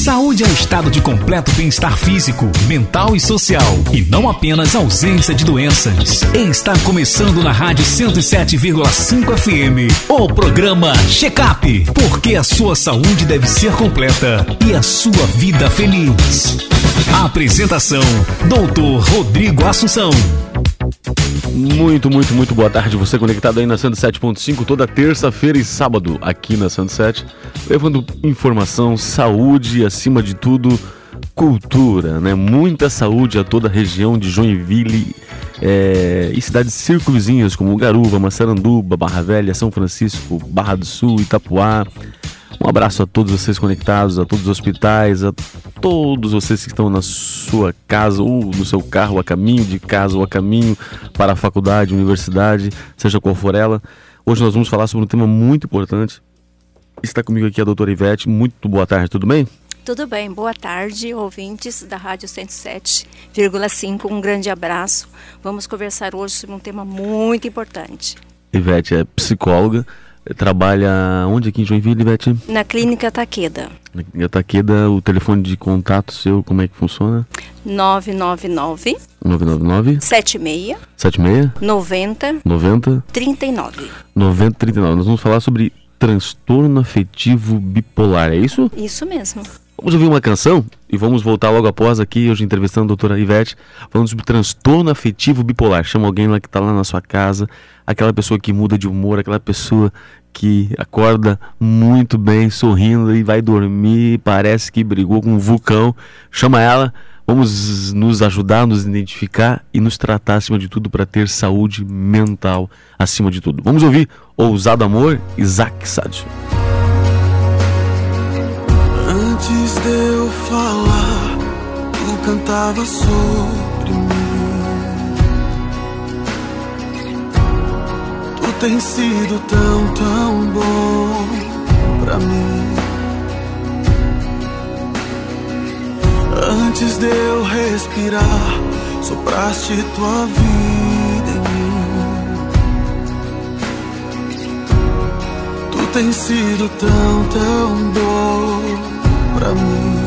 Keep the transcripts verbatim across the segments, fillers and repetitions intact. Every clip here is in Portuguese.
Saúde é um estado de completo bem-estar físico, mental e social, e não apenas ausência de doenças. Está começando na Rádio cento e sete vírgula cinco F M, o programa Check-up, porque a sua saúde deve ser completa e a sua vida feliz. A apresentação, doutor Rodrigo Assunção. Muito, muito, muito boa tarde. Você conectado aí na cento e sete ponto cinco toda terça-feira e sábado aqui na cento e sete, levando informação, saúde e, acima de tudo, cultura, né? Muita saúde a toda a região de Joinville é, e cidades circunvizinhas como Garuva, Massaranduba, Barra Velha, São Francisco, Barra do Sul, Itapuá. Um abraço a todos vocês conectados, a todos os hospitais, a todos vocês que estão na sua casa ou no seu carro, a caminho de casa ou a caminho para a faculdade, universidade, seja qual for ela. Hoje nós vamos falar sobre um tema muito importante. Está comigo aqui a doutora Ivete. Muito boa tarde, tudo bem? Tudo bem, boa tarde, ouvintes da Rádio cento e sete vírgula cinco. Um grande abraço. Vamos conversar hoje sobre um tema muito importante. Ivete é psicóloga. Trabalha onde aqui em Joinville, Ivete? Na Clínica Takeda. Na Clínica Takeda, o telefone de contato seu, como é que funciona? nove nove nove nove nove nove sete seis sete seis noventa noventa trinta e nove noventa trinta e nove. Nós vamos falar sobre transtorno afetivo bipolar, é isso? Isso mesmo. Vamos ouvir uma canção e vamos voltar logo após aqui, hoje entrevistando a doutora Ivete, falando sobre transtorno afetivo bipolar. Chama alguém lá que está lá na sua casa, aquela pessoa que muda de humor, aquela pessoa que acorda muito bem, sorrindo e vai dormir, parece que brigou com um vulcão. Chama ela, vamos nos ajudar, nos identificar e nos tratar acima de tudo para ter saúde mental acima de tudo. Vamos ouvir Ousado Amor, Isaac Sadio. Antes de eu falar, tu cantava sobre mim. Tu tens sido tão, tão bom pra mim. Antes de eu respirar, sopraste tua vida em mim. Tu tens sido tão, tão bom pra mim.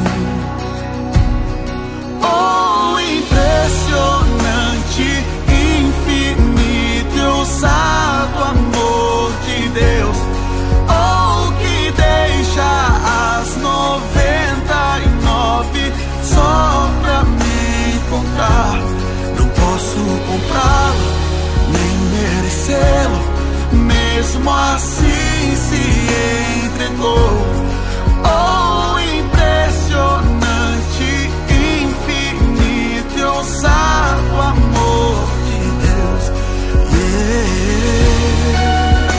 Oh, impressionante, infinito e ousado amor de Deus. Oh, que deixa as noventa e nove só pra me encontrar. Não posso comprá-lo, nem merecê-lo, mesmo assim se entregou. Oh, impressionante, infinito e ousado amor de Deus. Yeah.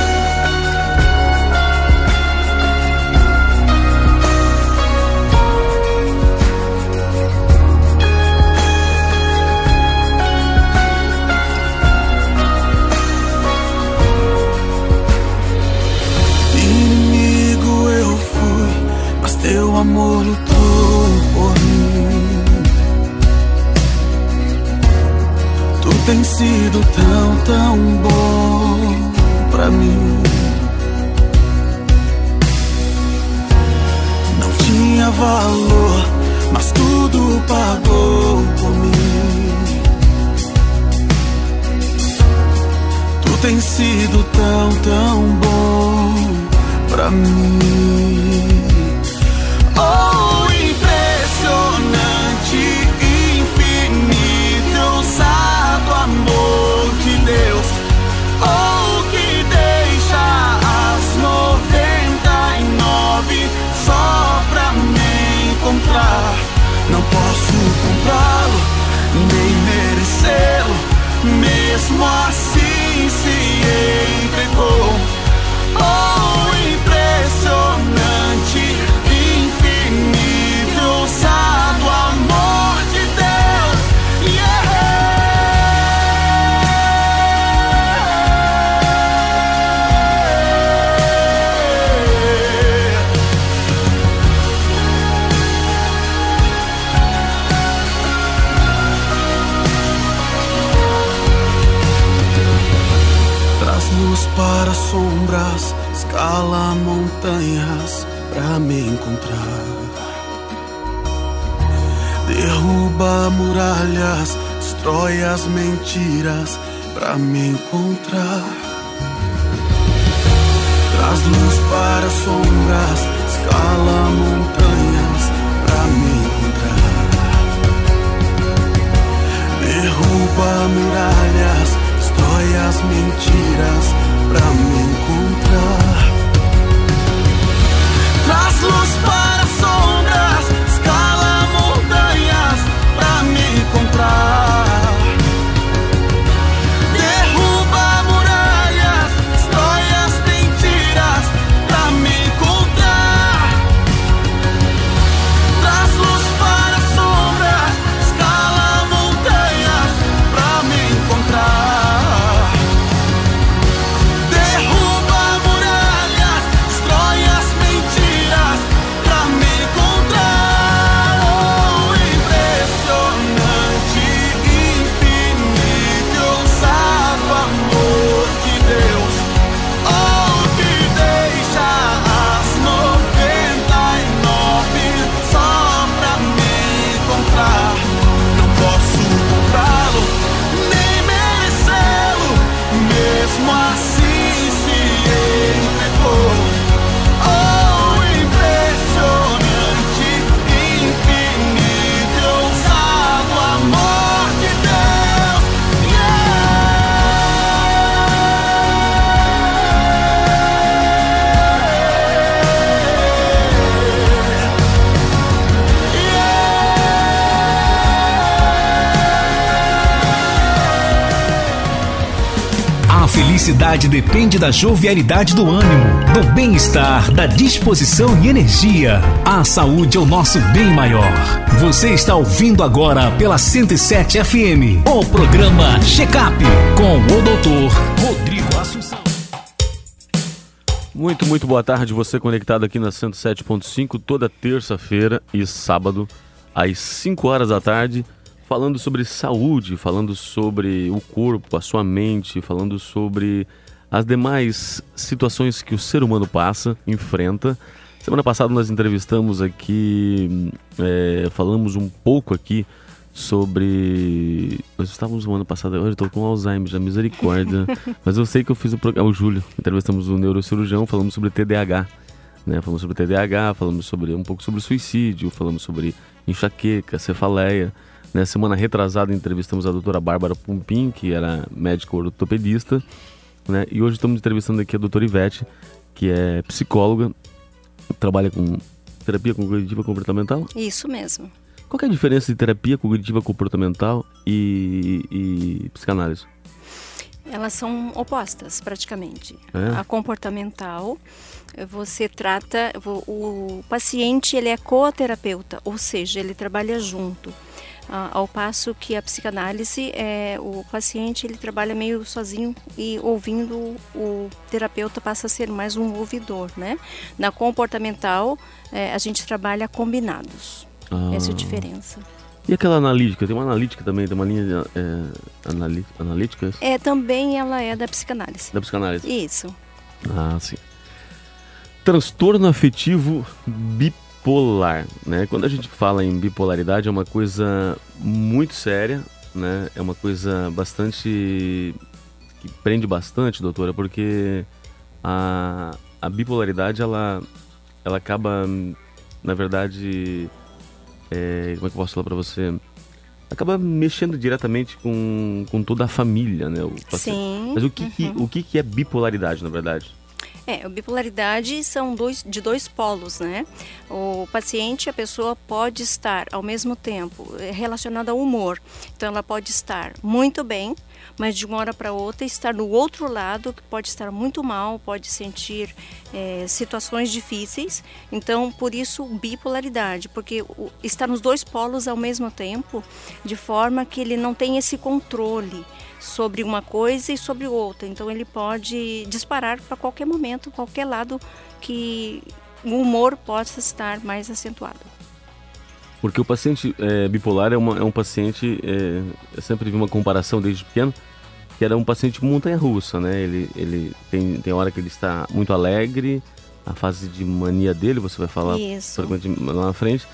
Inimigo eu fui, mas teu amor lutou por mim. Tu tens sido tão, tão bom pra mim. Não tinha valor, mas tudo pagou por mim. Tu tens sido tão, tão bom pra mim. Oh, impressionante, infinito, ousado amor de Deus. Oh, que deixa as noventa e nove só pra me encontrar. Não posso comprá-lo, nem merecê-lo, mesmo assim se entregou. Oh, impressionante, infinito, ousado amor de Deus. Yeah. Traz luz para sombras, escala montanhas pra me encontrar. Derruba muralhas, destrói as mentiras pra me encontrar. Traz luz para sombras, escala montanhas pra me encontrar. Derruba muralhas, destrói as mentiras pra me encontrar. Traz luz para sombras, escala montanhas pra me encontrar. Derruba muralhas, destrói as mentiras pra me encontrar. Traz luz para sombras, escala montanhas pra me encontrar. Derruba muralhas, destrói as mentiras pra me encontrar. Oh, impressionante, infinito, ousado amor de Deus. Oh, que deixa as noventa e nove só pra me encontrar. Não posso comprá-lo, nem merecê-lo, mesmo assim se entregou. Oh, impressionante, infinito, ousado amor de Deus. A felicidade depende da jovialidade do ânimo, do bem-estar, da disposição e energia. A saúde é o nosso bem maior. Você está ouvindo agora pela cento e sete F M, o programa Check-up com o doutor Rodrigo Assunção. Muito, muito boa tarde, você conectado aqui na cento e sete ponto cinco, toda terça-feira e sábado, às cinco horas da tarde, falando sobre saúde, falando sobre o corpo, a sua mente, falando sobre as demais situações que o ser humano passa, enfrenta. Semana passada nós entrevistamos aqui, é, falamos um pouco aqui sobre... Nós estávamos semana passada, eu estou com Alzheimer, já misericórdia, mas eu sei que eu fiz o programa, o Júlio, entrevistamos o neurocirurgião, falamos sobre T D A H, né? Falamos sobre T D A H, falamos sobre, um pouco sobre suicídio, falamos sobre enxaqueca, cefaleia. Na semana retrasada entrevistamos a doutora Bárbara Pumpim, que era médica ortopedista, né? E hoje estamos entrevistando aqui a doutora Ivete, que é psicóloga, trabalha com terapia cognitiva comportamental. Isso mesmo. Qual que é a diferença de terapia cognitiva comportamental e, e psicanálise? Elas são opostas, praticamente. É? A comportamental, você trata... O, o paciente, ele é coterapeuta, ou seja, ele trabalha junto. Ah, ao passo que a psicanálise, é, o paciente ele trabalha meio sozinho e ouvindo, o terapeuta passa a ser mais um ouvidor, né? Na comportamental, é, a gente trabalha combinados. Ah. Essa é a diferença. E aquela analítica? Tem uma analítica também, tem uma linha é, anali, analítica? É, também ela é da psicanálise. Da psicanálise? Isso. Ah, sim. Transtorno afetivo bipolar. Bipolar, né? Quando a gente fala em bipolaridade é uma coisa muito séria, né? É uma coisa bastante... que prende bastante, doutora, porque a, a bipolaridade, ela, ela acaba, na verdade, é, como é que eu posso falar para você? Acaba mexendo diretamente com, com toda a família, né? O Sim. Mas o que, uhum. que, o que, que é bipolaridade, na verdade? É, a bipolaridade são dois, de dois polos, né? O paciente, a pessoa pode estar ao mesmo tempo relacionada ao humor. Então ela pode estar muito bem, mas de uma hora para outra estar do outro lado, que pode estar muito mal, pode sentir é, situações difíceis. Então, por isso, bipolaridade, porque o, está nos dois polos ao mesmo tempo, de forma que ele não tem esse controle sobre uma coisa e sobre outra. Então ele pode disparar para qualquer momento, qualquer lado que o humor possa estar mais acentuado. Porque o paciente é, bipolar é, uma, é um paciente, é, eu sempre vi uma comparação desde pequeno, que era um paciente montanha-russa, né? Ele, ele tem, tem hora que ele está muito alegre, a fase de mania dele, você vai falar frequentemente lá na frente,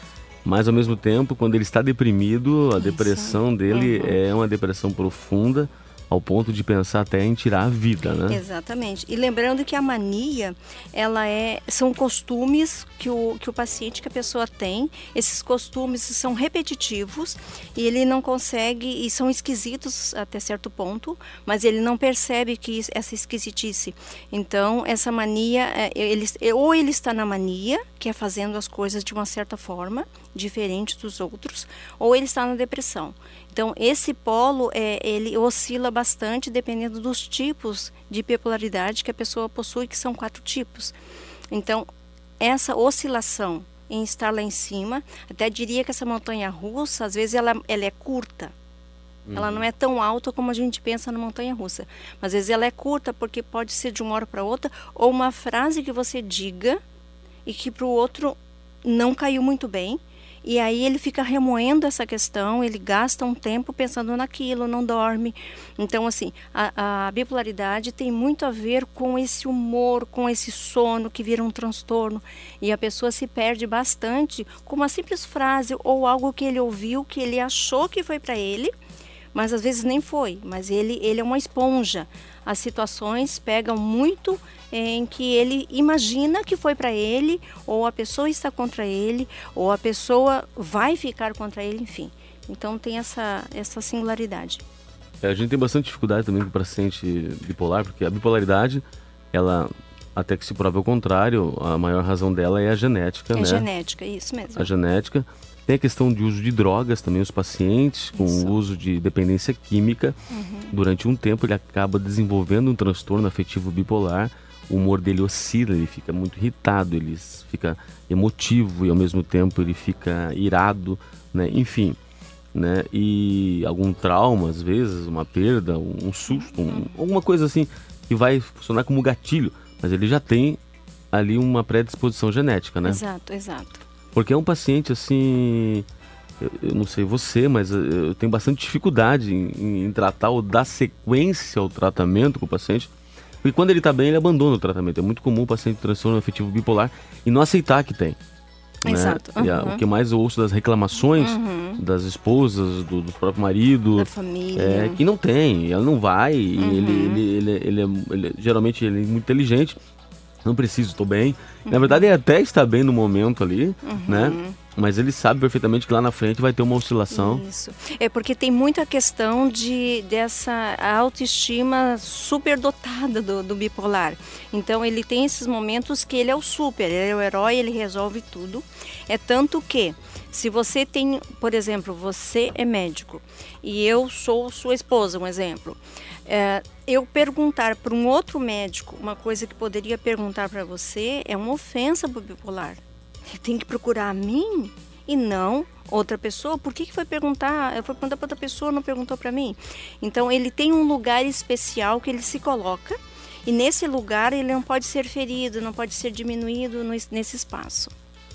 Mas ao mesmo tempo, quando ele está deprimido, a Isso. depressão dele Uhum. é uma depressão profunda, ao ponto de pensar até em tirar a vida, né? Exatamente. E lembrando que a mania, ela é, são costumes que o, que o paciente, que a pessoa tem. Esses costumes são repetitivos e ele não consegue, e são esquisitos até certo ponto, mas ele não percebe que isso, essa esquisitice. Então, essa mania, é, ele, ou ele está na mania, que é fazendo as coisas de uma certa forma, diferente dos outros, ou ele está na depressão. Então, esse polo, é, ele oscila bastante dependendo dos tipos de bipolaridade que a pessoa possui, que são quatro tipos. Então, essa oscilação em estar lá em cima, até diria que essa montanha-russa, às vezes, ela, ela é curta. Uhum. Ela não é tão alta como a gente pensa na montanha-russa. Mas, às vezes, ela é curta porque pode ser de uma hora para outra, ou uma frase que você diga e que para o outro não caiu muito bem. E aí ele fica remoendo essa questão, ele gasta um tempo pensando naquilo, não dorme. Então, assim, a, a bipolaridade tem muito a ver com esse humor, com esse sono que vira um transtorno. E a pessoa se perde bastante com uma simples frase ou algo que ele ouviu, que ele achou que foi para ele, mas às vezes nem foi. Mas ele, ele é uma esponja. As situações pegam muito em que ele imagina que foi para ele, ou a pessoa está contra ele, ou a pessoa vai ficar contra ele, enfim. Então tem essa, essa singularidade. É, a gente tem bastante dificuldade também com o paciente bipolar, porque a bipolaridade, ela, até que se prove ao contrário, a maior razão dela é a genética, é né? É genética, isso mesmo. A genética. Tem a questão de uso de drogas também, os pacientes com Isso. o uso de dependência química, Uhum. durante um tempo ele acaba desenvolvendo um transtorno afetivo bipolar, o humor dele oscila, ele fica muito irritado, ele fica emotivo e ao mesmo tempo ele fica irado, né? Enfim, né? E algum trauma, às vezes, uma perda, um susto, um, alguma coisa assim que vai funcionar como gatilho, mas ele já tem ali uma predisposição genética, né? Exato, exato. Porque é um paciente assim, eu, eu não sei você, mas eu tenho bastante dificuldade em, em tratar ou dar sequência ao tratamento com o paciente. Porque quando ele está bem, ele abandona o tratamento. É muito comum o paciente com transtorno afetivo bipolar e não aceitar que tem. Exato. Né? E a, Uhum. o que mais eu ouço das reclamações Uhum. das esposas, do, do próprio marido, Da família. é que não tem, ela não vai, e Uhum. ele, ele, ele, ele, é, ele é- geralmente ele é muito inteligente, não preciso, estou bem. Na verdade, ele até está bem no momento ali, Uhum. né? Mas ele sabe perfeitamente que lá na frente vai ter uma oscilação. Isso. É porque tem muita questão de, dessa autoestima superdotada do, do bipolar. Então ele tem esses momentos que ele é o super, ele é o herói, ele resolve tudo. É tanto que, se você tem, por exemplo, você é médico e eu sou sua esposa, um exemplo. É, eu perguntar para um outro médico uma coisa que poderia perguntar para você é uma ofensa para o bipolar. Ele tem que procurar a mim e não outra pessoa. Por que que foi perguntar? Foi perguntar para outra pessoa, não perguntou para mim. Então ele tem um lugar especial que ele se coloca e nesse lugar ele não pode ser ferido, não pode ser diminuído no, nesse espaço.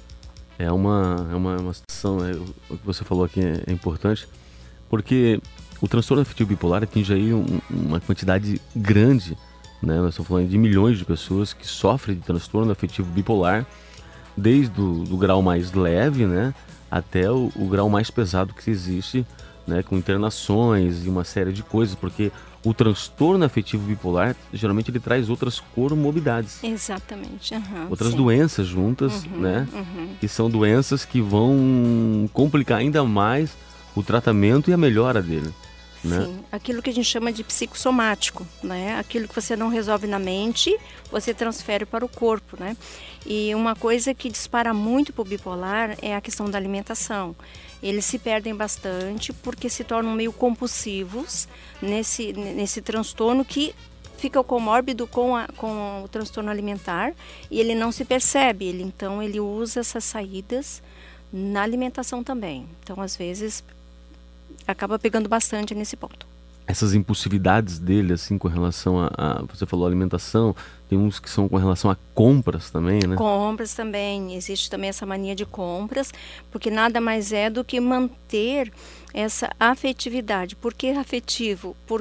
É uma, é uma, uma situação, é, o que você falou aqui é, é importante, porque o transtorno afetivo bipolar atinge aí um, uma quantidade grande, né? Nós estamos falando de milhões de pessoas que sofrem de transtorno afetivo bipolar, desde o do grau mais leve, né, até o, o grau mais pesado que existe, né, com internações e uma série de coisas, porque o transtorno afetivo bipolar, geralmente ele traz outras comorbidades. Exatamente. Uhum, Outras sim. doenças juntas, Uhum, né, uhum. que são doenças que vão complicar ainda mais o tratamento e a melhora dele, né? Sim, aquilo que a gente chama de psicossomático, né? Aquilo que você não resolve na mente, você transfere para o corpo, né? E uma coisa que dispara muito para o bipolar é a questão da alimentação. Eles se perdem bastante porque se tornam meio compulsivos nesse, nesse transtorno que fica comórbido com, a, com o transtorno alimentar e ele não se percebe. Ele, então, ele usa essas saídas na alimentação também. Então, às vezes, acaba pegando bastante nesse ponto. Essas impulsividades dele, assim, com relação a, a... Você falou alimentação, tem uns que são com relação a compras também, né? Compras também, existe também essa mania de compras, porque nada mais é do que manter essa afetividade. Por que afetivo? Porque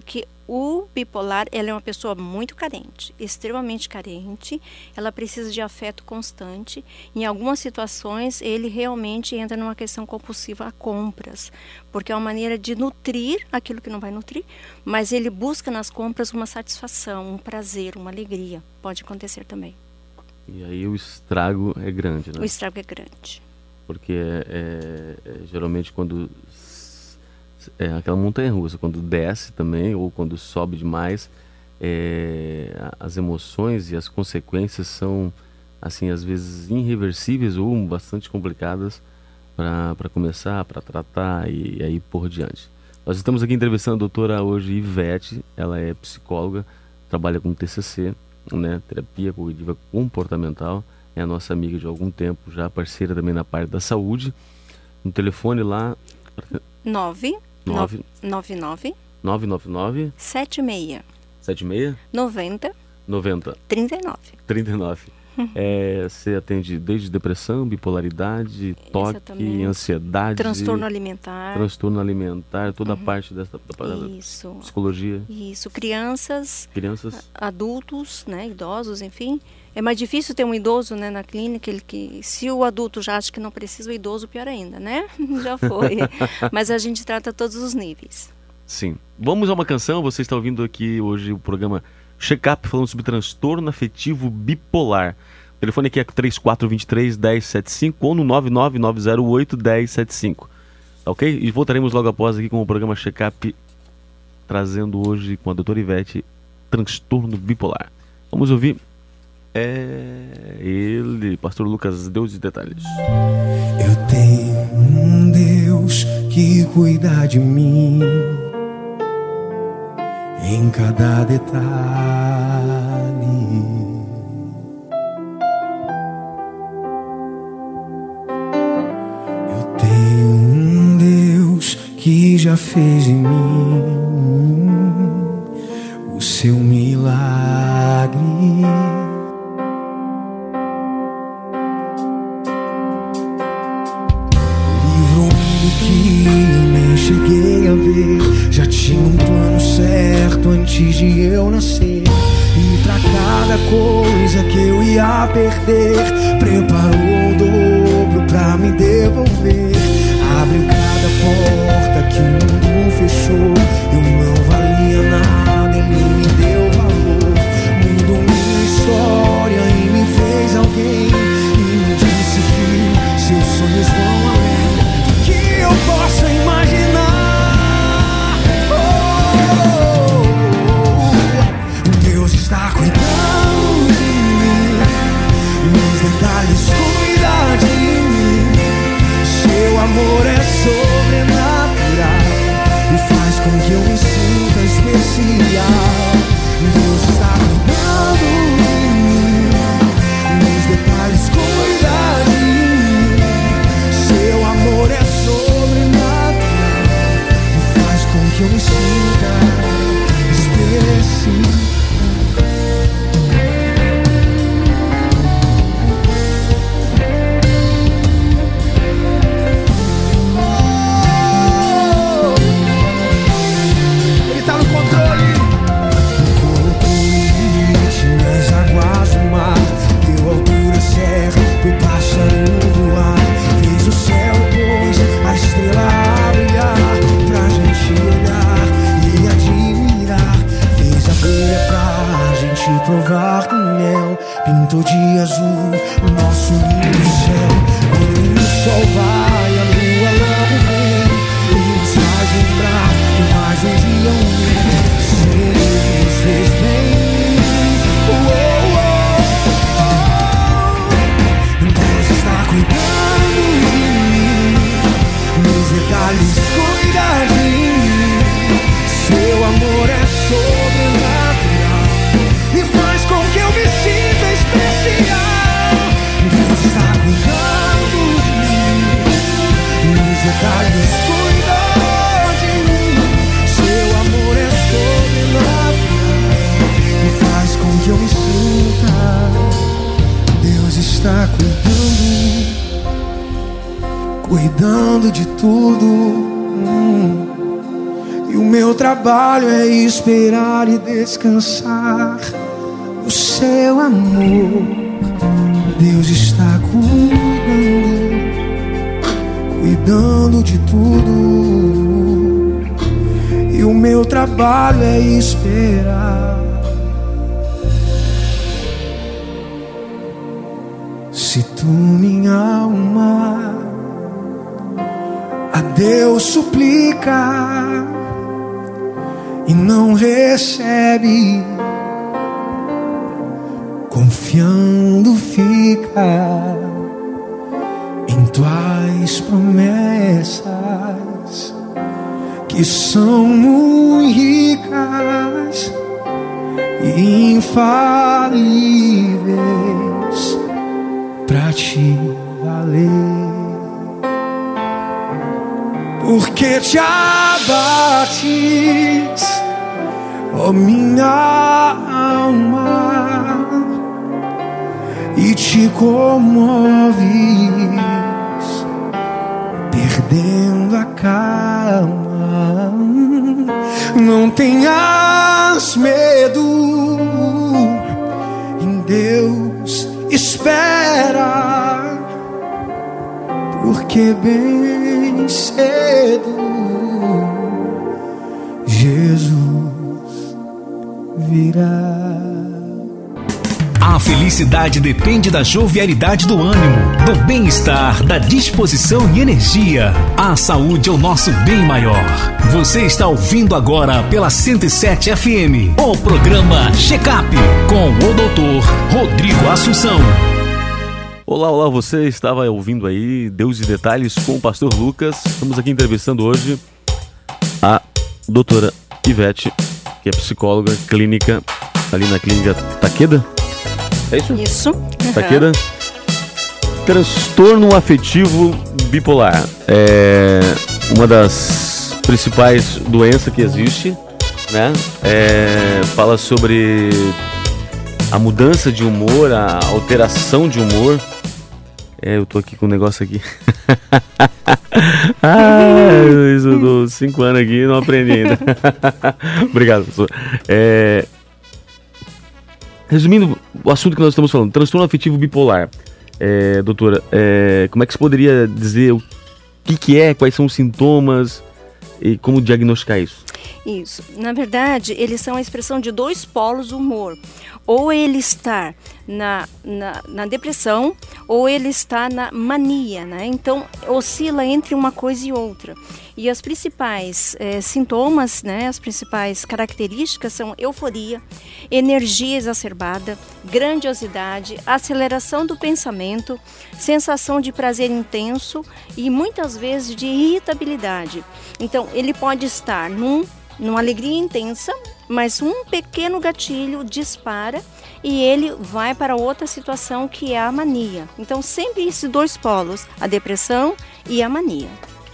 O bipolar, ela é uma pessoa muito carente, extremamente carente, ela precisa de afeto constante. Em algumas situações, ele realmente entra numa questão compulsiva a compras, porque é uma maneira de nutrir aquilo que não vai nutrir, mas ele busca nas compras uma satisfação, um prazer, uma alegria. Pode acontecer também. E aí o estrago é grande, né? O estrago é grande. Porque é, é, é, geralmente quando... É aquela montanha-russa, quando desce também ou quando sobe demais, é, as emoções e as consequências são, assim, às vezes irreversíveis ou bastante complicadas para começar, para tratar e, e aí por diante. Nós estamos aqui entrevistando a doutora hoje Ivete, ela é psicóloga, trabalha com T C C, né, terapia cognitiva comportamental, é a nossa amiga de algum tempo, já parceira também na parte da saúde. No telefone lá... nove nove nove nove nove nove nove sete seis sete seis noventa noventa trinta e nove. trinta e nove. É, você atende desde depressão, bipolaridade, toque, Exatamente. ansiedade, Transtorno alimentar. transtorno alimentar, toda a Uhum. parte dessa da Isso. psicologia. Isso, crianças, Crianças. adultos, né, idosos, enfim. É mais difícil ter um idoso, né, na clínica, ele que, se o adulto já acha que não precisa, o idoso pior ainda, né? Já foi. Mas a gente trata todos os níveis. Sim. Vamos a uma canção. Você está ouvindo aqui hoje o programa Check-up, falando sobre transtorno afetivo bipolar. O telefone aqui é três quatro dois três, um zero sete cinco ou no nove nove nove zero oito, um zero sete cinco. Tá ok? E voltaremos logo após aqui com o programa Check-up, trazendo hoje com a doutora Ivete transtorno bipolar. Vamos ouvir é ele, pastor Lucas, Deus e Detalhes. Eu tenho um Deus que cuida de mim em cada detalhe. Eu tenho um Deus que já fez em mim o seu milagre. Que eu nem cheguei a ver, já tinha um plano certo antes de eu nascer. E pra cada coisa que eu ia perder, preparou o dobro pra me devolver. Abriu cada porta que o mundo fechou, eu não valia nada, ele me deu valor. Mudou minha história e me fez alguém, e me disse que seus sonhos vão além que eu possa imaginar. Oh, oh, oh. Deus está cuidando de mim, nos detalhes cuida de mim. Seu amor é sobrenatural e faz com que eu me sinta especial. Deus está cuidando de mim, nos detalhes cuida de mim. Seu amor é sobrenatural e faz com que eu me sinta especial. Ele tá no controle. Colocou limite nas águas do mar, deu altura certa pro passarinho voar. Fez o céu, pôs a estrela a brilhar, pra gente olhar e admirar. Fez a abelha pra gente provar do mel, pintou de azul o nosso lindo céu. Quando o sol vai, a lua logo vem, e nos faz lembrar que mais um dia um mês sempre nos fez bem. Oh, oh, oh, oh. Deus está cuidando de mim, nos detalhes cuida de mim. Seu amor é sobrenatural e faz com que eu me sinta especial. Deus está cuidando de mim, nos detalhes cuida de mim. Seu amor é sobrenatural e faz com que eu me sinta. Deus está cuidando, cuidando de tudo, hum, e E o meu trabalho é esperar e descansar no seu amor. Deus está cuidando, cuidando de tudo. E o meu trabalho é esperar. Se tu, minha alma, a Deus suplica e não recebe, confiando fica em tuas promessas, que são muito ricas e infalíveis pra te valer. Porque te abates, ó minha alma, e te comoves, perdendo a calma. Não tenhas medo, em Deus espera, porque bem cedo Jesus virá. A felicidade depende da jovialidade do ânimo, do bem-estar, da disposição e energia. A saúde é o nosso bem maior. Você está ouvindo agora pela cento e sete F M, o programa Check-up, com o doutor Rodrigo Assunção. Olá, olá, você estava ouvindo aí Deus e Detalhes com o pastor Lucas. Estamos aqui entrevistando hoje a doutora Ivete, que é psicóloga clínica ali na clínica Takeda. É isso? Isso. Takeda. Transtorno afetivo bipolar. É uma das principais doenças que existe, né? É, fala sobre a mudança de humor, a alteração de humor. É, eu tô aqui com um negócio aqui. Ah, eu dou cinco anos aqui e não aprendi ainda. Obrigado, professor. É... Resumindo o assunto que nós estamos falando, transtorno afetivo bipolar. É, doutora, é, como é que você poderia dizer o que, que é, quais são os sintomas e como diagnosticar isso? Isso. Na verdade, eles são a expressão de dois polos do humor. Ou ele está na, na, na depressão, ou ele está na mania, né? Então, oscila entre uma coisa e outra. E as principais eh, sintomas, né, as principais características são euforia, energia exacerbada, grandiosidade, aceleração do pensamento, sensação de prazer intenso e muitas vezes de irritabilidade. Então, ele pode estar num, numa alegria intensa, mas um pequeno gatilho dispara e ele vai para outra situação que é a mania. Então, sempre esses dois polos, a depressão e a mania.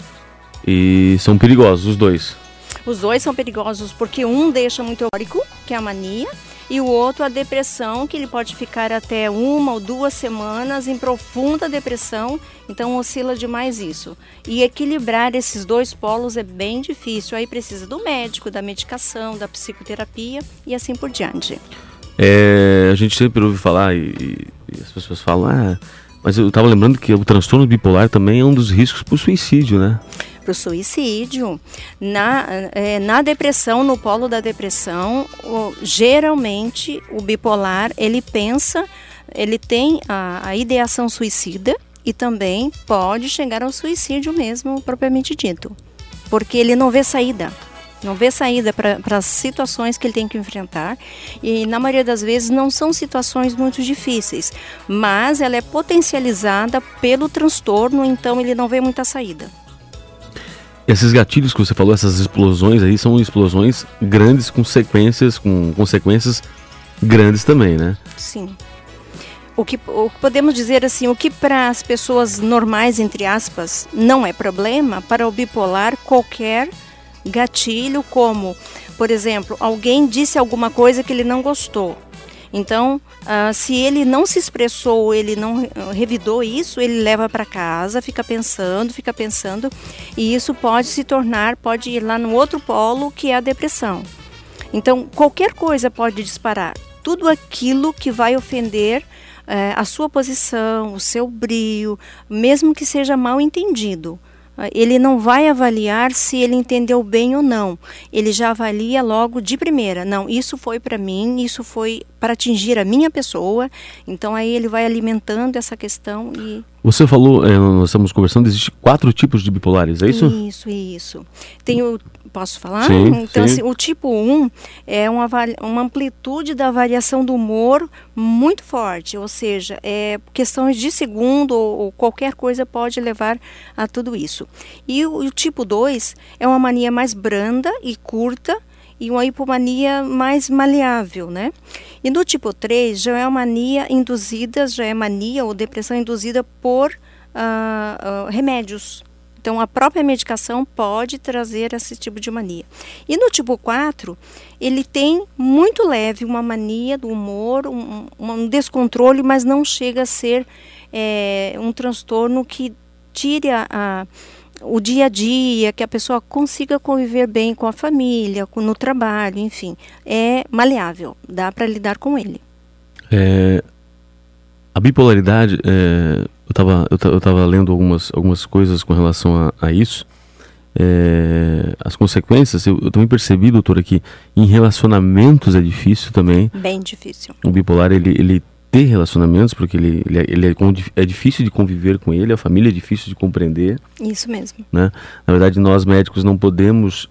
E são perigosos os dois? Os dois são perigosos porque um deixa muito eufórico, que é a mania, e o outro a depressão, que ele pode ficar até uma ou duas semanas em profunda depressão, então oscila demais isso. E equilibrar esses dois polos é bem difícil, aí precisa do médico, da medicação, da psicoterapia e assim por diante. É, a gente sempre ouve falar e, e as pessoas falam, ah, mas eu estava lembrando que o transtorno bipolar também é um dos riscos para o suicídio, né? Para o suicídio, na, é, na depressão, no polo da depressão, o, geralmente o bipolar, ele pensa, ele tem a, a ideação suicida e também pode chegar ao suicídio mesmo, propriamente dito, porque ele não vê saída. Não vê saída para as situações que ele tem que enfrentar e na maioria das vezes não são situações muito difíceis, mas ela é potencializada pelo transtorno, então ele não vê muita saída. Esses gatilhos que você falou, essas explosões aí, são explosões grandes com sequências, com consequências grandes também, né? Sim. O que, o que podemos dizer assim, o que para as pessoas normais, entre aspas, não é problema, para o bipolar qualquer gatilho, como, por exemplo, alguém disse alguma coisa que ele não gostou. Então, uh, se ele não se expressou, ele não revidou isso, ele leva para casa, fica pensando, fica pensando, e isso pode se tornar, pode ir lá no outro polo, que é a depressão. Então, qualquer coisa pode disparar. Tudo aquilo que vai ofender uh, a sua posição, o seu brio, mesmo que seja mal entendido. Ele não vai avaliar se ele entendeu bem ou não. Ele já avalia logo de primeira. Não, isso foi para mim, isso foi para atingir a minha pessoa. Então aí ele vai alimentando essa questão e... Você falou, é, nós estamos conversando, existem quatro tipos de bipolares, é isso? Isso, isso. Tem o... Posso falar? Sim, então, sim. Assim, o tipo um é uma, uma amplitude da variação do humor muito forte, ou seja, é, questões de segundo ou, ou qualquer coisa pode levar a tudo isso. E o, o tipo dois é uma mania mais branda e curta, e uma hipomania mais maleável, né? E no tipo três já é uma mania induzida, já é mania ou depressão induzida por uh, uh, remédios. Então, a própria medicação pode trazer esse tipo de mania. E no tipo quatro, ele tem muito leve uma mania do humor, um, um descontrole, mas não chega a ser é, um transtorno que tire a, a, o dia a dia, que a pessoa consiga conviver bem com a família, com, no trabalho, enfim. É maleável, dá para lidar com ele. É, a bipolaridade... É... Eu estava eu tava lendo algumas, algumas coisas com relação a, a isso, é, as consequências, eu, eu também percebi, doutora, que em relacionamentos é difícil também. Bem difícil. O bipolar, ele, ele ter relacionamentos, porque ele, ele, ele é, é difícil de conviver com ele, a família é difícil de compreender. Isso mesmo. Né? Na verdade, nós médicos não podemos,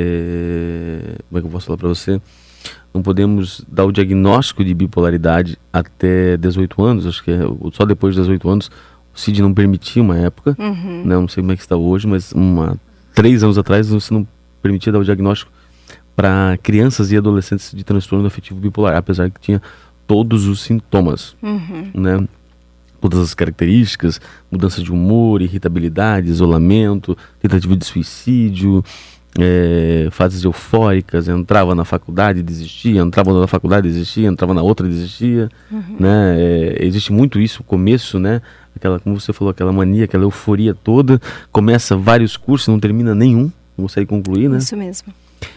é, como é que eu posso falar para você? Não podemos dar o diagnóstico de bipolaridade até dezoito anos, acho que é só depois de dezoito anos. O C I D não permitia uma época, uhum. né? Não sei como é que está hoje, mas uma, três anos atrás você não permitia dar o diagnóstico para crianças e adolescentes de transtorno afetivo bipolar, apesar que tinha todos os sintomas, uhum. né? Todas as características, mudança de humor, irritabilidade, isolamento, tentativa de suicídio, é, fases eufóricas, entrava na faculdade, desistia, entrava na faculdade, desistia, entrava na outra, desistia, uhum. né? É, existe muito isso, o começo, né? Aquela, como você falou, aquela mania, aquela euforia toda, começa vários cursos, não termina nenhum, não consegue concluir, né? Isso mesmo.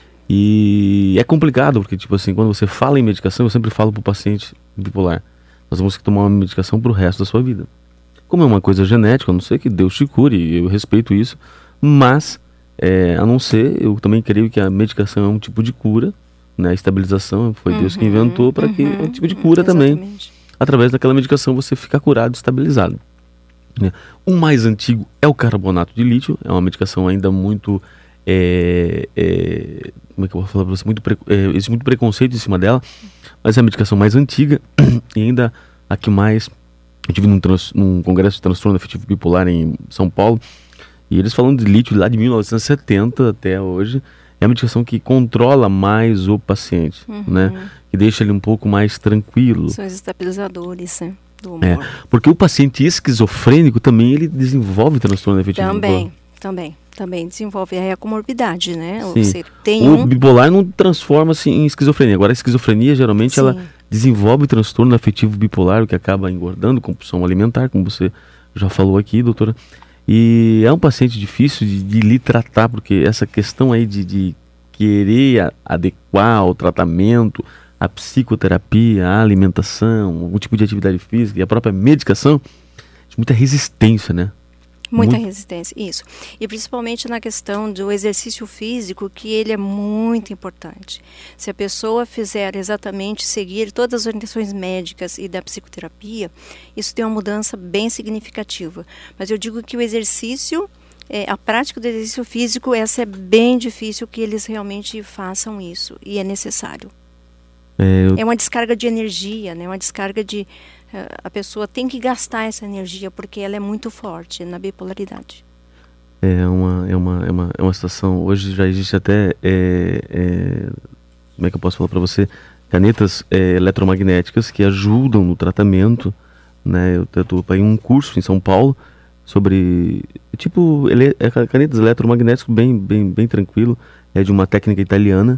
E é complicado, porque, tipo assim, quando você fala em medicação, eu sempre falo para o paciente bipolar, nós vamos ter que tomar uma medicação para o resto da sua vida. Como é uma coisa genética, a não ser que Deus te cure, eu respeito isso, mas, é, a não ser, eu também creio que a medicação é um tipo de cura, né? A estabilização foi uhum, Deus que inventou para uhum, que é um tipo de cura exatamente. Também. Através daquela medicação você fica curado, estabilizado. Né? O mais antigo é o carbonato de lítio, é uma medicação ainda muito, é, é, como é que eu vou falar para você, muito pre, é, existe muito preconceito em cima dela, mas é a medicação mais antiga e ainda a que mais, eu tive num, trans, num congresso de transtorno afetivo bipolar em São Paulo, e eles falando de lítio lá de mil novecentos e setenta até hoje, é a medicação que controla mais o paciente, uhum. né? Que deixa ele um pouco mais tranquilo. São os estabilizadores, né? Do humor. É, porque o paciente esquizofrênico também ele desenvolve transtorno afetivo também, bipolar. Também, também desenvolve aí a comorbidade, né? Sim. Você tem o um... bipolar não transforma-se em esquizofrenia. Agora a esquizofrenia geralmente Sim. ela desenvolve transtorno afetivo bipolar, o que acaba engordando, compulsão alimentar, como você já falou aqui, doutora. E é um paciente difícil de, de lhe tratar, porque essa questão aí de, de querer a, adequar o tratamento, a psicoterapia, a alimentação, algum tipo de atividade física e a própria medicação, muita resistência, né? Muita muito... resistência, isso. E principalmente na questão do exercício físico, que ele é muito importante. Se a pessoa fizer exatamente seguir todas as orientações médicas e da psicoterapia, isso tem uma mudança bem significativa. Mas eu digo que o exercício, é, a prática do exercício físico, essa é bem difícil que eles realmente façam isso, e é necessário. É, eu... é uma descarga de energia, né? Uma descarga de... A pessoa tem que gastar essa energia porque ela é muito forte na bipolaridade. É uma, é uma, é uma, é uma situação... Hoje já existe até... É, é, como é que eu posso falar para você? Canetas é, eletromagnéticas que ajudam no tratamento. Né? Eu estou para um curso em São Paulo sobre... Tipo, ele, é, canetas eletromagnéticas bem, bem, bem tranquilo. É de uma técnica italiana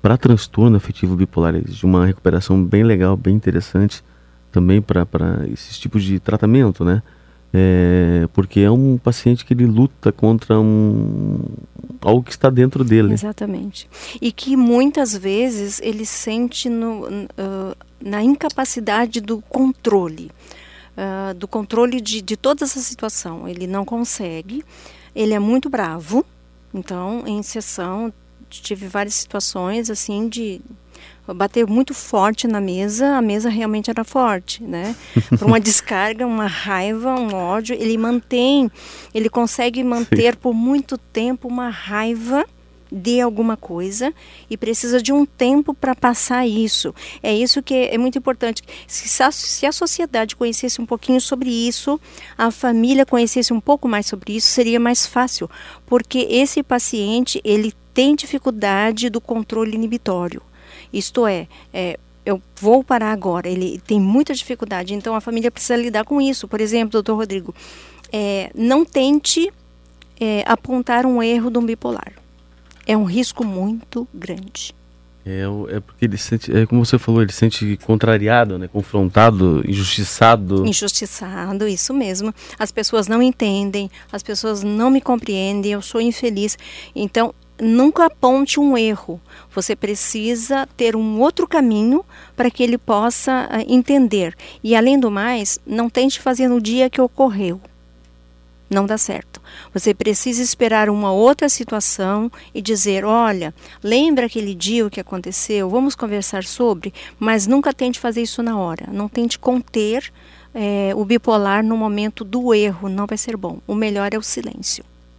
para transtorno afetivo bipolar existe uma recuperação bem legal, bem interessante também para esses tipos de tratamento, né? É, porque é um paciente que ele luta contra um, algo que está dentro dele. Exatamente. E que muitas vezes ele sente no, uh, na incapacidade do controle, uh, do controle de, de toda essa situação. Ele não consegue, ele é muito bravo. Então, em sessão, tive várias situações assim de bater muito forte na mesa, a mesa realmente era forte, né? Por uma descarga, uma raiva, um ódio, ele mantém, ele consegue manter Sim. por muito tempo uma raiva de alguma coisa e precisa de um tempo para passar isso. É isso que é muito importante. Se a, se a sociedade conhecesse um pouquinho sobre isso, a família conhecesse um pouco mais sobre isso, seria mais fácil, porque esse paciente, ele tem dificuldade do controle inibitório. Isto é, é, eu vou parar agora, ele tem muita dificuldade, então a família precisa lidar com isso. Por exemplo, doutor Rodrigo, é, não tente é, apontar um erro de um bipolar. É um risco muito grande. É, é porque ele sente, é como você falou, ele se sente contrariado, né? Confrontado, injustiçado. Injustiçado, isso mesmo. As pessoas não entendem, as pessoas não me compreendem, eu sou infeliz. Então, nunca aponte um erro. Você precisa ter um outro caminho para que ele possa uh, entender. E, além do mais, não tente fazer no dia que ocorreu. Não dá certo. Você precisa esperar uma outra situação e dizer, olha, lembra aquele dia o que aconteceu? Vamos conversar sobre, mas nunca tente fazer isso na hora. Não tente conter é, o bipolar no momento do erro, não vai ser bom. O melhor é o silêncio.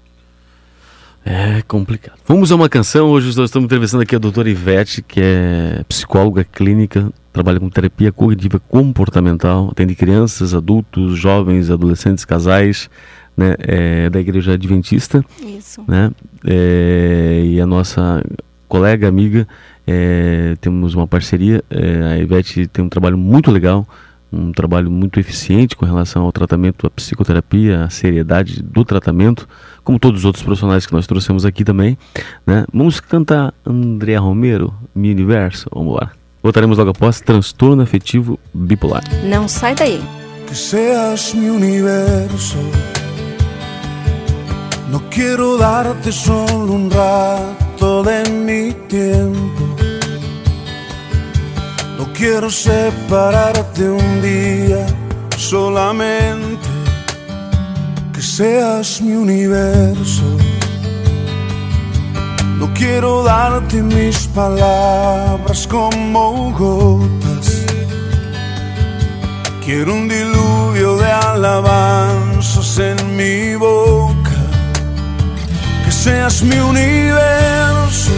É complicado. Vamos a uma canção. Hoje nós estamos entrevistando aqui a doutora Ivete, que é psicóloga clínica, trabalha com terapia cognitiva comportamental, atende crianças, adultos, jovens, adolescentes, casais, né, é, da Igreja Adventista. Isso. Né, é, e a nossa colega, amiga, é, temos uma parceria. É, a Ivete tem um trabalho muito legal, um trabalho muito eficiente com relação ao tratamento, à psicoterapia, à seriedade do tratamento, como todos os outros profissionais que nós trouxemos aqui também, né? Vamos cantar Andrea Romero, Mi Universo. Vamos lá. Voltaremos logo após Transtorno Afetivo Bipolar. Não sai daí. Que seas mi universo. No quiero darte solo un rato de mi tiempo. No quiero separarte un día solamente. Que seas mi universo. No quiero darte mis palabras como gotas. Quiero un diluvio de alabanzas en mi boca. Que seas mi universo.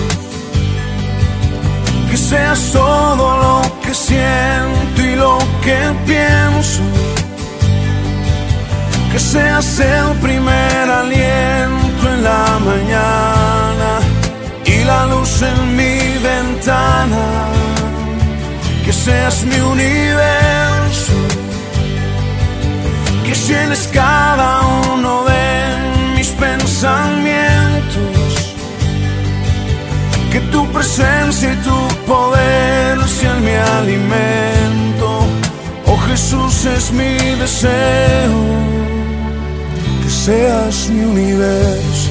Que seas todo lo que siento y lo que pienso. Que seas el primer aliento en la mañana y la luz en mi ventana. Que seas mi universo. Que llenes cada uno de mis pensamientos. Que tu presencia y tu poder sean mi alimento. Oh Jesús, es mi deseo. Que seas mi universo.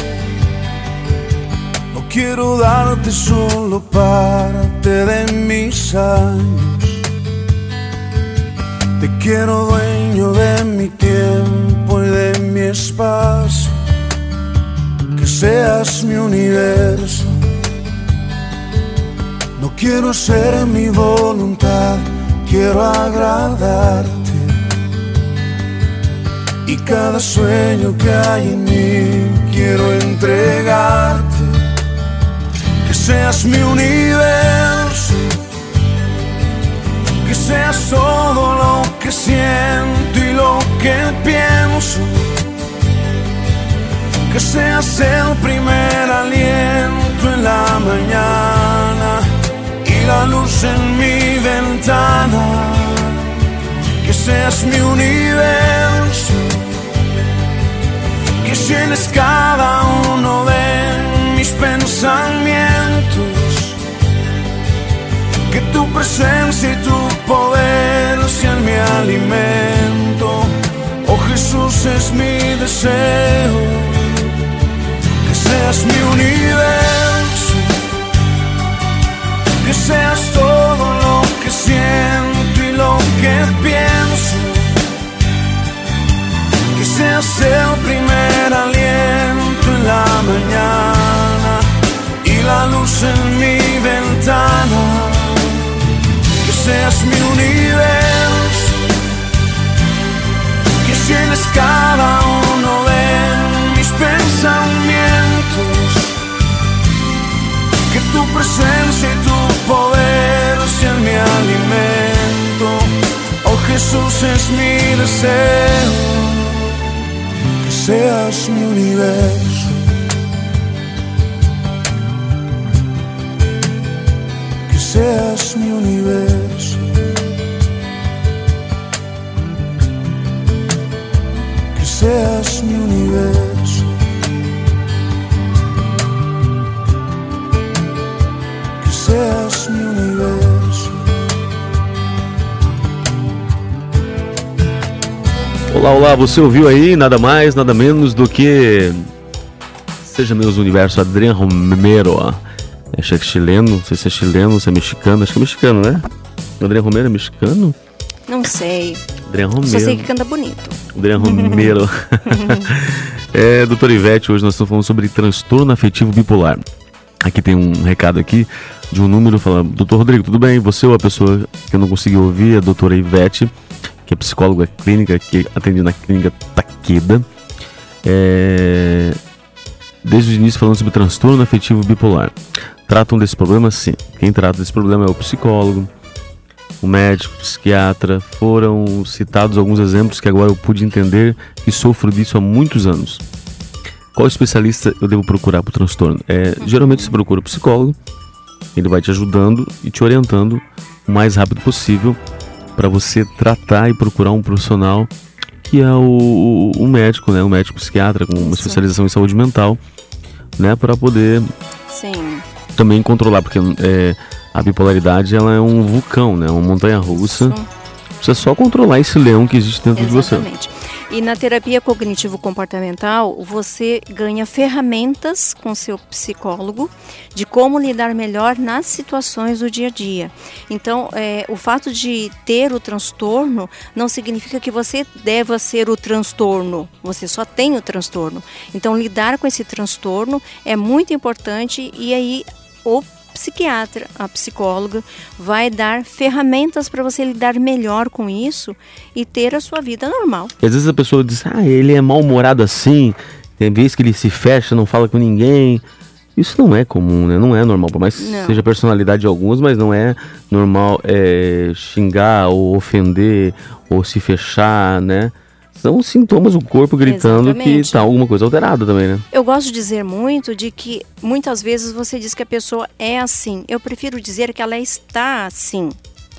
No quiero darte solo parte de mis años. Te quiero dueño de mi tiempo y de mi espacio. Que seas mi universo. No quiero hacer mi voluntad, quiero agradarte. Y cada sueño que hay en mí quiero entregarte. Que seas mi universo. Que seas todo lo que siento y lo que pienso. Que seas el primer aliento en la mañana y la luz en mi ventana. Que seas mi universo. Que llenes cada uno de mis pensamientos. que tu presencia y tu poder sean mi alimento. Oh Jesús, es mi deseo que seas mi universo, que seas todo lo que siento y lo que pienso, que seas el primer aliento en la mañana y la luz en mi ventana, que seas mi universo, que llenes cada uno de mis pensamientos, que tu presencia y tu poder sean mi alimento. Oh Jesús, es mi deseo que seas mi universo, que seas mi universo, que seas mi universo, que seas mi universo. Olá, olá, você ouviu aí nada mais, nada menos do que Seja Meus Universo, Adrián Romero. É chileno, não sei se é chileno, se é mexicano, acho que é mexicano, né? Adrián Romero é mexicano? Não sei. Adrián Romero. Só sei que canta bonito. Adrián Romero. É, doutora Ivete, hoje nós estamos falando sobre transtorno afetivo bipolar. Aqui tem um recado aqui de um número falando: doutor Rodrigo, tudo bem? Você ou a pessoa que eu não consegui ouvir, a doutora Ivete, que é psicóloga clínica, que atende na clínica Takeda, é... desde o início falando sobre transtorno afetivo bipolar. Tratam desse problema? Sim. Quem trata desse problema é o psicólogo, o médico, o psiquiatra. Foram citados alguns exemplos que agora eu pude entender que sofro disso há muitos anos. Qual especialista eu devo procurar para o transtorno? É, geralmente você procura o psicólogo, ele vai te ajudando e te orientando o mais rápido possível para você tratar e procurar um profissional que é o, o, o médico, né? O médico psiquiatra com uma Isso. especialização em saúde mental, né? Para poder Sim. também controlar, porque é, a bipolaridade ela é um vulcão, né? Uma montanha-russa. Precisa só controlar esse leão que existe dentro Exatamente. de você. E na terapia cognitivo-comportamental, você ganha ferramentas com seu psicólogo de como lidar melhor nas situações do dia a dia. Então, é, o fato de ter o transtorno não significa que você deva ser o transtorno. Você só tem o transtorno. Então, lidar com esse transtorno é muito importante e aí o psiquiatra, a psicóloga, vai dar ferramentas para você lidar melhor com isso e ter a sua vida normal. E às vezes a pessoa diz, ah, ele é mal-humorado assim, tem vezes que ele se fecha, não fala com ninguém. Isso não é comum, né? Não é normal, por mais que Não. seja a personalidade de alguns, mas não é normal é, xingar ou ofender ou se fechar, né? São sintomas do corpo gritando Exatamente. que está alguma coisa alterada também, né? Eu gosto de dizer muito de que muitas vezes você diz que a pessoa é assim. Eu prefiro dizer que ela está assim.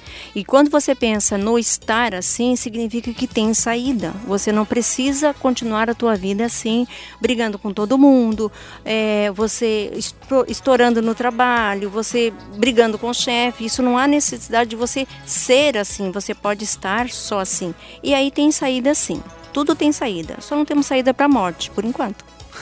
E quando você pensa no estar assim, significa que tem saída. Você não precisa continuar a tua vida assim, brigando com todo mundo, é, você esto- estourando no trabalho, você brigando com o chefe. Isso não há necessidade de você ser assim, você pode estar só assim. E aí tem saída sim, tudo tem saída. Só não temos saída para a morte, por enquanto.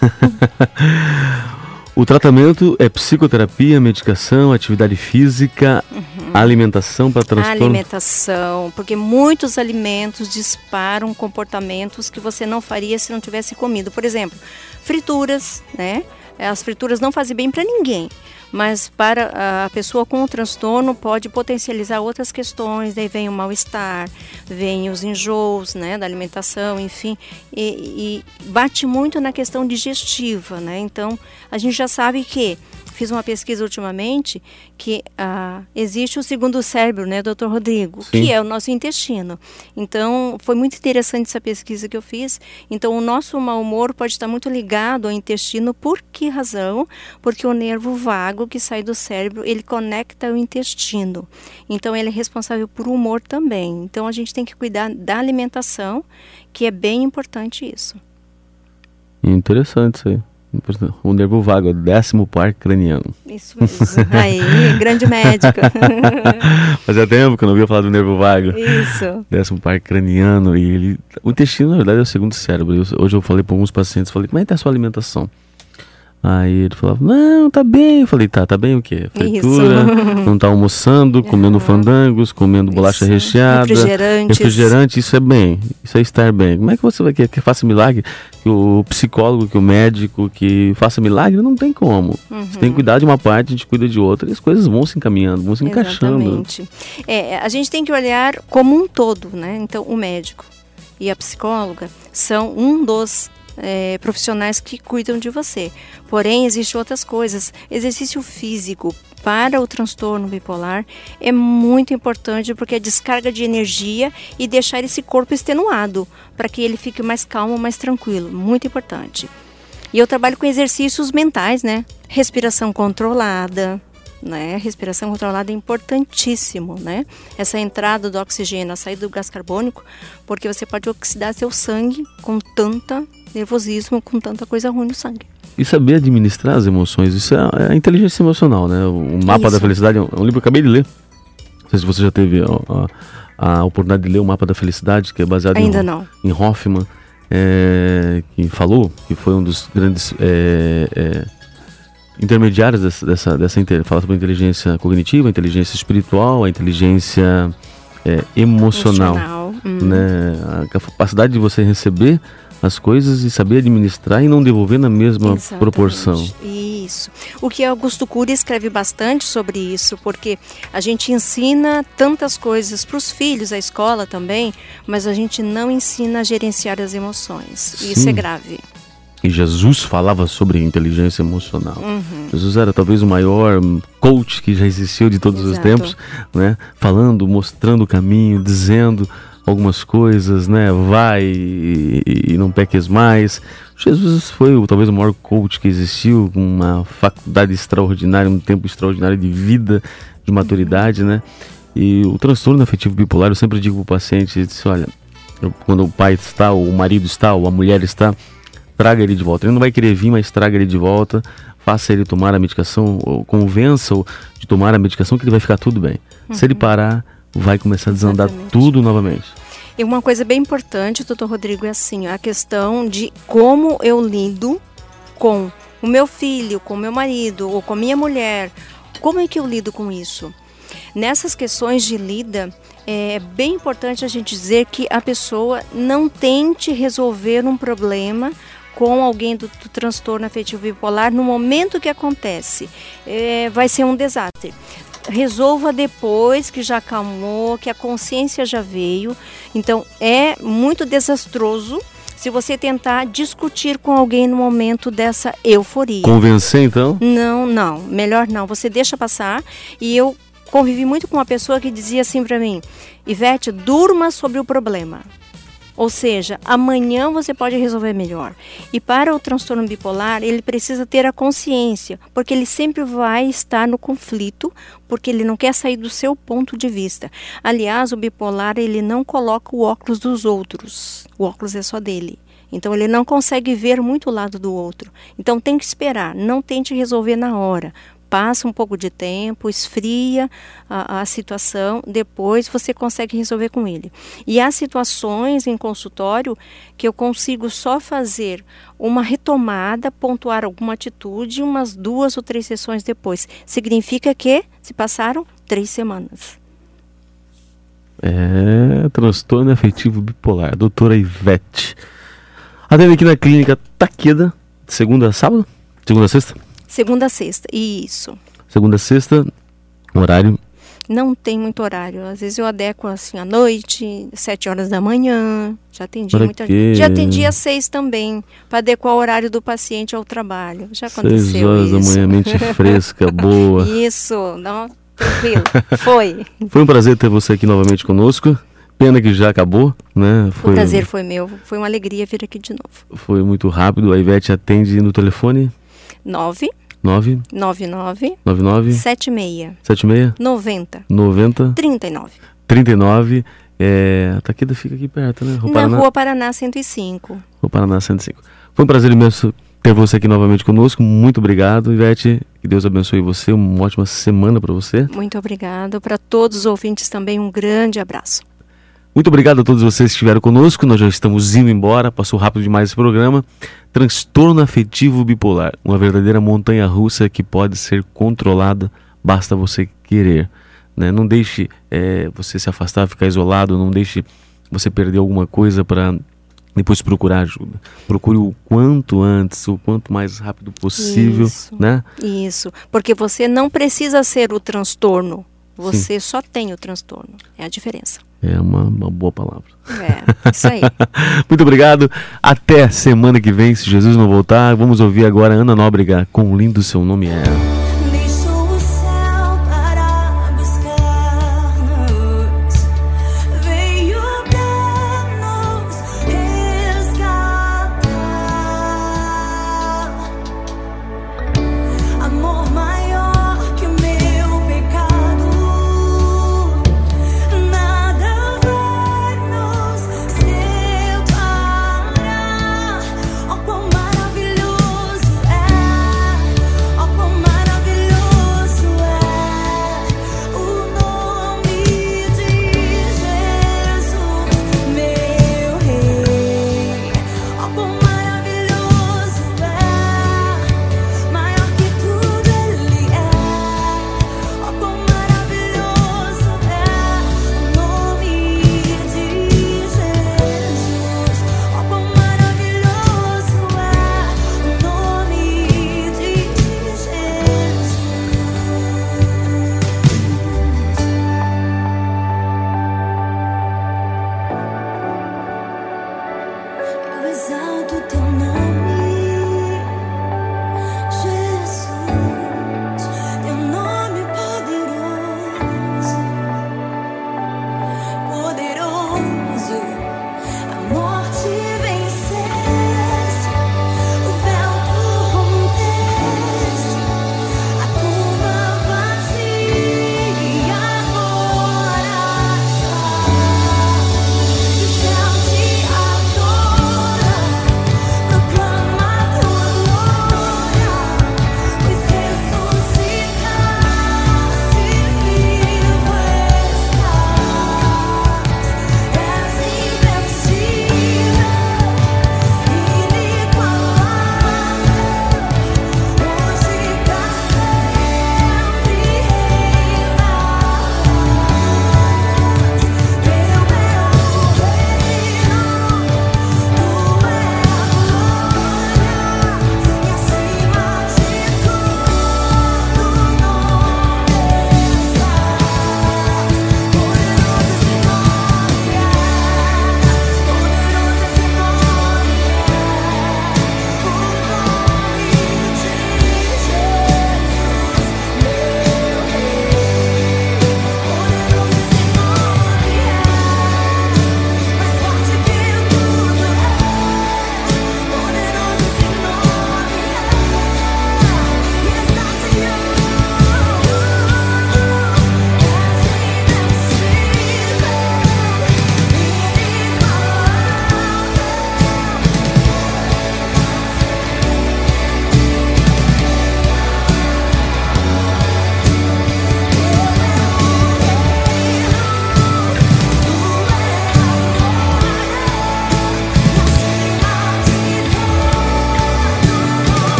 O tratamento é psicoterapia, medicação, atividade física, Uhum. alimentação para transtorno. Alimentação, porque muitos alimentos disparam comportamentos que você não faria se não tivesse comido. Por exemplo, frituras, né? As frituras não fazem bem para ninguém, mas para a pessoa com o transtorno pode potencializar outras questões. Daí vem o mal-estar, vem os enjoos, né, da alimentação, enfim, e, e bate muito na questão digestiva, né? Então a gente já sabe que fiz uma pesquisa ultimamente que ah, existe o segundo cérebro, né, doutor Rodrigo, Sim. que é o nosso intestino. Então, foi muito interessante essa pesquisa que eu fiz. Então, o nosso mau humor pode estar muito ligado ao intestino. Por que razão? Porque o nervo vago que sai do cérebro, ele conecta o intestino. Então, ele é responsável por humor também. Então, a gente tem que cuidar da alimentação, que é bem importante isso. Interessante isso aí. O nervo vago, décimo par craniano. Isso mesmo. Aí, grande médica. Fazia tempo que eu não ouvia falar do nervo vago. Isso. Décimo par craniano. E ele, o intestino, na verdade, é o segundo cérebro. Eu, hoje eu falei para alguns pacientes, falei, como é que tá a sua alimentação? Aí ele falava, não, tá bem. Eu falei, tá, tá bem o quê? Fritura, isso. Não tá almoçando, comendo uhum. fandangos, comendo bolacha isso. recheada. Refrigerantes. Refrigerante, isso é bem, isso é estar bem. Como é que você vai querer que faça milagre? Que o psicólogo, que o médico, que faça milagre? Não tem como. Uhum. Você tem que cuidar de uma parte, a gente cuida de outra, e as coisas vão se encaminhando, vão se encaixando. Exatamente. É, a gente tem que olhar como um todo, né? Então, o médico e a psicóloga são um dos É, profissionais que cuidam de você. Porém, existem outras coisas. Exercício físico para o transtorno bipolar é muito importante porque é descarga de energia e deixar esse corpo extenuado para que ele fique mais calmo, mais tranquilo. Muito importante. E eu trabalho com exercícios mentais, né? Respiração controlada, né? Respiração controlada é importantíssimo, né? Essa entrada do oxigênio, a saída do gás carbônico, porque você pode oxidar seu sangue com tanta nervosismo, com tanta coisa ruim no sangue. E saber administrar as emoções, isso é a inteligência emocional, né? O Mapa isso. da Felicidade é um livro que eu acabei de ler. Não sei se você já teve a, a, a oportunidade de ler o Mapa da Felicidade, que é baseado Ainda em, não. em Hoffman, é, que falou, que foi um dos grandes é, é, intermediários dessa, dessa, dessa fala sobre a inteligência cognitiva, a inteligência espiritual, a inteligência é, emocional. emocional. Hum. Né? A capacidade de você receber as coisas e saber administrar e não devolver na mesma Exatamente. proporção. Isso. O que Augusto Cury escreve bastante sobre isso, porque a gente ensina tantas coisas para os filhos, a escola também, mas a gente não ensina a gerenciar as emoções. E isso é grave. E Jesus falava sobre inteligência emocional. Uhum. Jesus era talvez o maior coach que já existiu de todos Exato. os tempos, né? Falando, mostrando o caminho, dizendo algumas coisas, né? Vai e, e não peques mais. Jesus foi talvez o maior coach que existiu, com uma faculdade extraordinária, um tempo extraordinário de vida, de maturidade, né? E o transtorno afetivo bipolar, eu sempre digo para o paciente, disse, olha, quando o pai está, ou o marido está, ou a mulher está, traga ele de volta. Ele não vai querer vir, mas traga ele de volta, faça ele tomar a medicação, ou convença-o de tomar a medicação que ele vai ficar tudo bem. Uhum. Se ele parar, vai começar a desandar Exatamente. tudo novamente. E uma coisa bem importante, doutor Rodrigo, é assim, a questão de como eu lido com o meu filho, com o meu marido ou com a minha mulher. Como é que eu lido com isso? Nessas questões de lida, é bem importante a gente dizer que a pessoa não tente resolver um problema com alguém do, do transtorno afetivo bipolar no momento que acontece. É, vai ser um desastre. Resolva depois que já acalmou, que a consciência já veio. Então, é muito desastroso se você tentar discutir com alguém no momento dessa euforia. Convencer, então? Não, não. Melhor não. Você deixa passar. E eu convivi muito com uma pessoa que dizia assim para mim, Ivete, durma sobre o problema. Ou seja, amanhã você pode resolver melhor. E para o transtorno bipolar, ele precisa ter a consciência, porque ele sempre vai estar no conflito, porque ele não quer sair do seu ponto de vista. Aliás, o bipolar, ele não coloca o óculos dos outros. O óculos é só dele. Então, ele não consegue ver muito o lado do outro. Então, tem que esperar. Não tente resolver na hora. Passa um pouco de tempo, esfria a, a situação, depois você consegue resolver com ele. E há situações em consultório que eu consigo só fazer uma retomada, pontuar alguma atitude, umas duas ou três sessões depois. Significa que se passaram três semanas. É, transtorno afetivo bipolar, doutora Ivete. Atende aqui na clínica Takeda, segunda a sábado? Segunda a sexta? Segunda a sexta, isso. Segunda a sexta, horário? Não tem muito horário. Às vezes eu adequo assim à noite, sete horas da manhã. Já atendi Para muita quê? gente. Já atendi às seis também, para adequar o horário do paciente ao trabalho. Já aconteceu isso. Seis horas da manhã, mente fresca, boa. Isso, não, tranquilo. Foi. Foi um prazer ter você aqui novamente conosco. Pena que já acabou, né? Foi, o prazer foi meu. Foi uma alegria vir aqui de novo. Foi muito rápido. A Ivete atende no telefone? nove nove nove nove nove nove sete seis sete seis noventa noventa trinta e nove trinta e nove. É, a Takeda fica aqui perto, né? Rua Na Paraná. Rua Paraná cento e cinco. Rua Paraná cento e cinco. Foi um prazer imenso ter você aqui novamente conosco. Muito obrigado, Ivete. Que Deus abençoe você. Uma ótima semana para você. Muito obrigado. Para todos os ouvintes também, um grande abraço. Muito obrigado a todos vocês que estiveram conosco. Nós já estamos indo embora. Passou rápido demais esse programa. Transtorno afetivo bipolar. Uma verdadeira montanha-russa que pode ser controlada. Basta você querer. Né? Não deixe é, você se afastar, ficar isolado. Não deixe você perder alguma coisa para depois procurar ajuda. Procure o quanto antes, o quanto mais rápido possível. Isso, né? Isso. Porque você não precisa ser o transtorno. Você Sim. só tem o transtorno. É a diferença. É uma, uma boa palavra. É, isso aí. Muito obrigado. Até semana que vem, se Jesus não voltar. Vamos ouvir agora Ana Nóbrega com Lindo Seu Nome É.